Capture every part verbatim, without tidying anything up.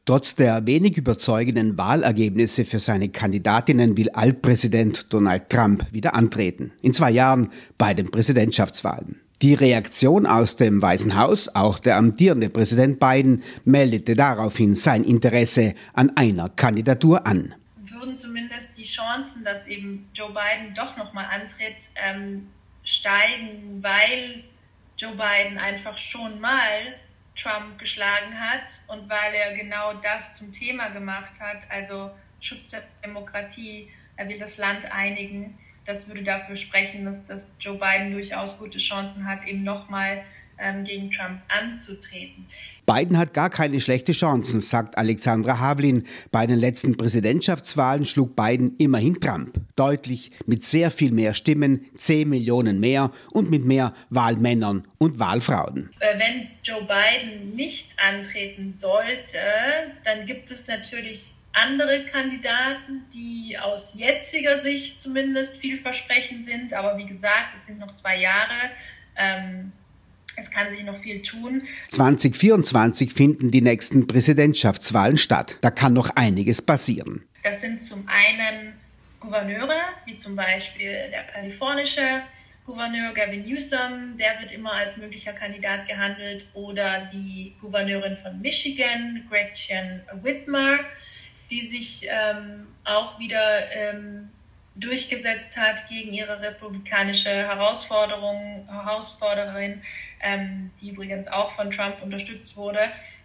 Trotz der wenig überzeugenden Wahlergebnisse für seine Kandidatinnen will Altpräsident Donald Trump wieder antreten. In zwei Jahren bei den Präsidentschaftswahlen. Die Reaktion aus dem Weißen Haus, auch der amtierende Präsident Biden, meldete daraufhin sein Interesse an einer Kandidatur an. Würden zumindest die Chancen, dass eben Joe Biden doch nochmal antritt, ähm, steigen, weil Joe Biden einfach schon mal Trump geschlagen hat und weil er genau das zum Thema gemacht hat, also Schutz der Demokratie, er will das Land einigen. Das würde dafür sprechen, dass, dass Joe Biden durchaus gute Chancen hat, eben nochmal ähm, gegen Trump anzutreten. Biden hat gar keine schlechte Chancen, sagt Alexandra Havlin. Bei den letzten Präsidentschaftswahlen schlug Biden immerhin Trump. Deutlich, mit sehr viel mehr Stimmen, zehn Millionen mehr und mit mehr Wahlmännern und Wahlfrauen. Wenn Joe Biden nicht antreten sollte, dann gibt es natürlich andere Kandidaten, die aus jetziger Sicht zumindest vielversprechend sind. Aber wie gesagt, es sind noch zwei Jahre. Ähm, es kann sich noch viel tun. zwanzig vierundzwanzig finden die nächsten Präsidentschaftswahlen statt. Da kann noch einiges passieren. Das sind zum einen Gouverneure, wie zum Beispiel der kalifornische Gouverneur Gavin Newsom, der wird immer als möglicher Kandidat gehandelt. Oder die Gouverneurin von Michigan, Gretchen Whitmer, die sich ähm, auch wieder ähm, durchgesetzt hat gegen ihre republikanische Herausforderung, Herausforderin, ähm, die übrigens auch von Trump unterstützt wurde.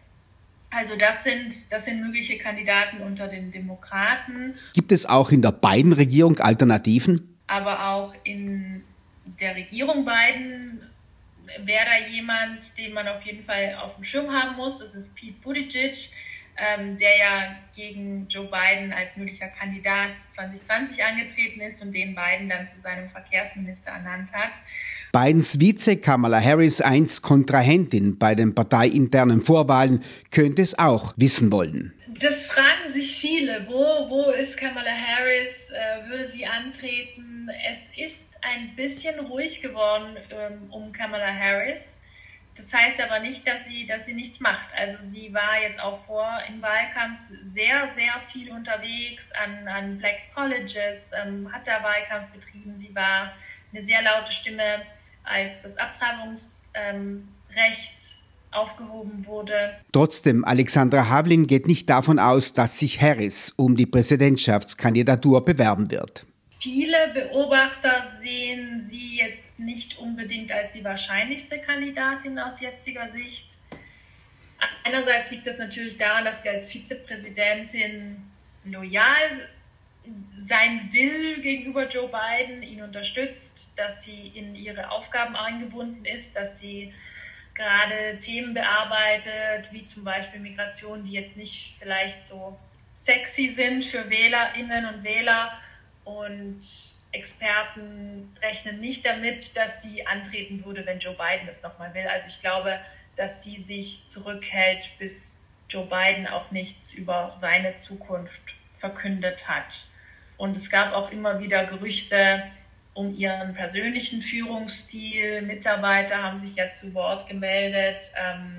Also das sind, das sind mögliche Kandidaten unter den Demokraten. Gibt es auch in der Biden-Regierung Alternativen? Aber auch in der Regierung Biden wäre da jemand, den man auf jeden Fall auf dem Schirm haben muss. Das ist Pete Buttigieg, Ähm, der ja gegen Joe Biden als möglicher Kandidat zwanzig zwanzig angetreten ist und den Biden dann zu seinem Verkehrsminister ernannt hat. Bidens Vize Kamala Harris, einst Kontrahentin bei den parteiinternen Vorwahlen, könnte es auch wissen wollen. Das fragen sich viele. Wo, wo ist Kamala Harris? Äh, würde sie antreten? Es ist ein bisschen ruhig geworden ähm, um Kamala Harris. Das heißt aber nicht, dass sie, dass sie nichts macht. Also sie war jetzt auch vor im Wahlkampf sehr, sehr viel unterwegs an, an Black Colleges, ähm, hat da Wahlkampf betrieben. Sie war eine sehr laute Stimme, als das Abtreibungsrecht ähm, aufgehoben wurde. Trotzdem, Alexandra Havlin geht nicht davon aus, dass sich Harris um die Präsidentschaftskandidatur bewerben wird. Viele Beobachter sehen sie jetzt nicht unbedingt als die wahrscheinlichste Kandidatin aus jetziger Sicht. Einerseits liegt es natürlich daran, dass sie als Vizepräsidentin loyal sein will gegenüber Joe Biden, ihn unterstützt, dass sie in ihre Aufgaben eingebunden ist, dass sie gerade Themen bearbeitet, wie zum Beispiel Migration, die jetzt nicht vielleicht so sexy sind für WählerInnen und Wähler. Und Experten rechnen nicht damit, dass sie antreten würde, wenn Joe Biden es nochmal will. Also ich glaube, dass sie sich zurückhält, bis Joe Biden auch nichts über seine Zukunft verkündet hat. Und es gab auch immer wieder Gerüchte um ihren persönlichen Führungsstil. Mitarbeiter haben sich ja zu Wort gemeldet.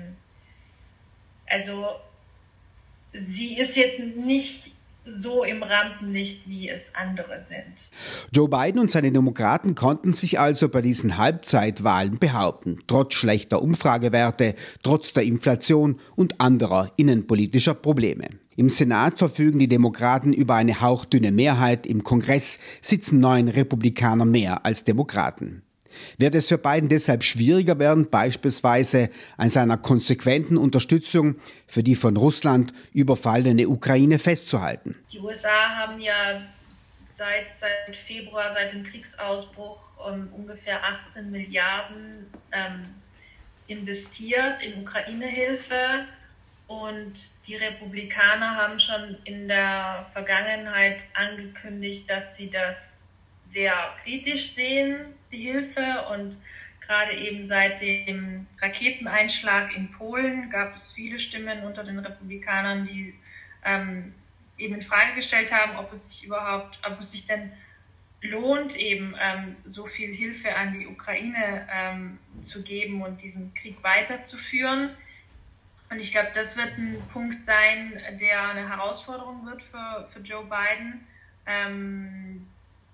Also sie ist jetzt nicht so im Rampenlicht, wie es andere sind. Joe Biden und seine Demokraten konnten sich also bei diesen Halbzeitwahlen behaupten, trotz schlechter Umfragewerte, trotz der Inflation und anderer innenpolitischer Probleme. Im Senat verfügen die Demokraten über eine hauchdünne Mehrheit, im Kongress sitzen neun Republikaner mehr als Demokraten. Wird es für Biden deshalb schwieriger werden, beispielsweise an seiner konsequenten Unterstützung für die von Russland überfallene Ukraine festzuhalten? Die U S A haben ja seit, seit Februar, seit dem Kriegsausbruch, um, ungefähr achtzehn Milliarden ähm, investiert in Ukraine-Hilfe. Und die Republikaner haben schon in der Vergangenheit angekündigt, dass sie das sehr kritisch sehen, die Hilfe. Und gerade eben seit dem Raketeneinschlag in Polen gab es viele Stimmen unter den Republikanern, die ähm, eben in Frage gestellt haben, ob es sich überhaupt, ob es sich denn lohnt, eben ähm, so viel Hilfe an die Ukraine ähm, zu geben und diesen Krieg weiterzuführen. Und ich glaube, das wird ein Punkt sein, der eine Herausforderung wird für, für Joe Biden, ähm,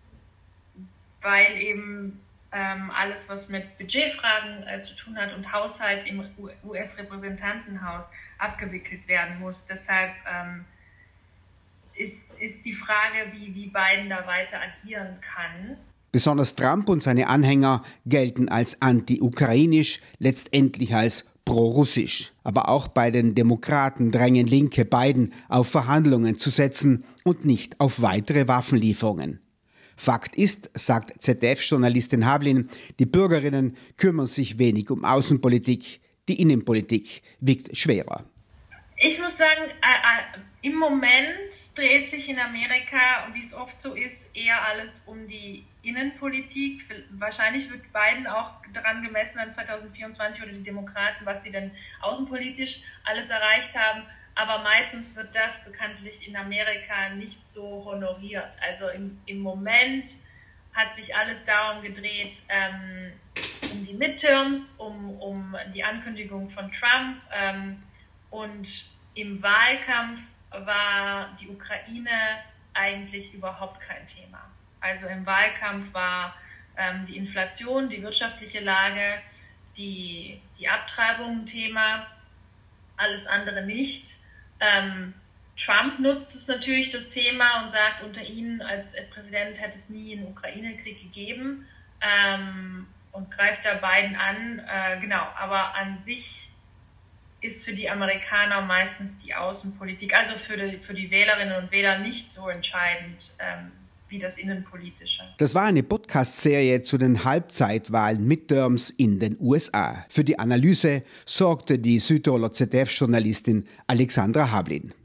weil eben ähm, alles, was mit Budgetfragen äh, zu tun hat und Haushalt im U S-Repräsentantenhaus abgewickelt werden muss. Deshalb ähm, ist, ist die Frage, wie, wie Biden da weiter agieren kann. Besonders Trump und seine Anhänger gelten als anti-ukrainisch, letztendlich als pro-russisch. Aber auch bei den Demokraten drängen Linke Biden auf Verhandlungen zu setzen und nicht auf weitere Waffenlieferungen. Fakt ist, sagt Z D F-Journalistin Havlin, die Bürgerinnen kümmern sich wenig um Außenpolitik, die Innenpolitik wiegt schwerer. Ich muss sagen, äh, äh, im Moment dreht sich in Amerika, und wie es oft so ist, eher alles um die Innenpolitik. Wahrscheinlich wird Biden auch daran gemessen an zweitausendvierundzwanzig oder die Demokraten, was sie denn außenpolitisch alles erreicht haben. Aber meistens wird das bekanntlich in Amerika nicht so honoriert. Also im, im Moment hat sich alles darum gedreht, ähm, um die Midterms, um, um die Ankündigung von Trump. Ähm, und im Wahlkampf war die Ukraine eigentlich überhaupt kein Thema. Also im Wahlkampf war ähm, die Inflation, die wirtschaftliche Lage, die, die Abtreibung ein Thema, alles andere nicht. Ähm, Trump nutzt es natürlich, das Thema, und sagt, unter ihnen als Präsident hätte es nie einen Ukraine-Krieg gegeben, ähm, und greift da Biden an. Äh, genau, aber an sich ist für die Amerikaner meistens die Außenpolitik, also für die, für die Wählerinnen und Wähler, nicht so entscheidend ähm, wie das Innenpolitische. Das war eine Podcast-Serie zu den Halbzeitwahlen Midterms in den U S A. Für die Analyse sorgte die Südtiroler Z D F-Journalistin Alexandra Havlin.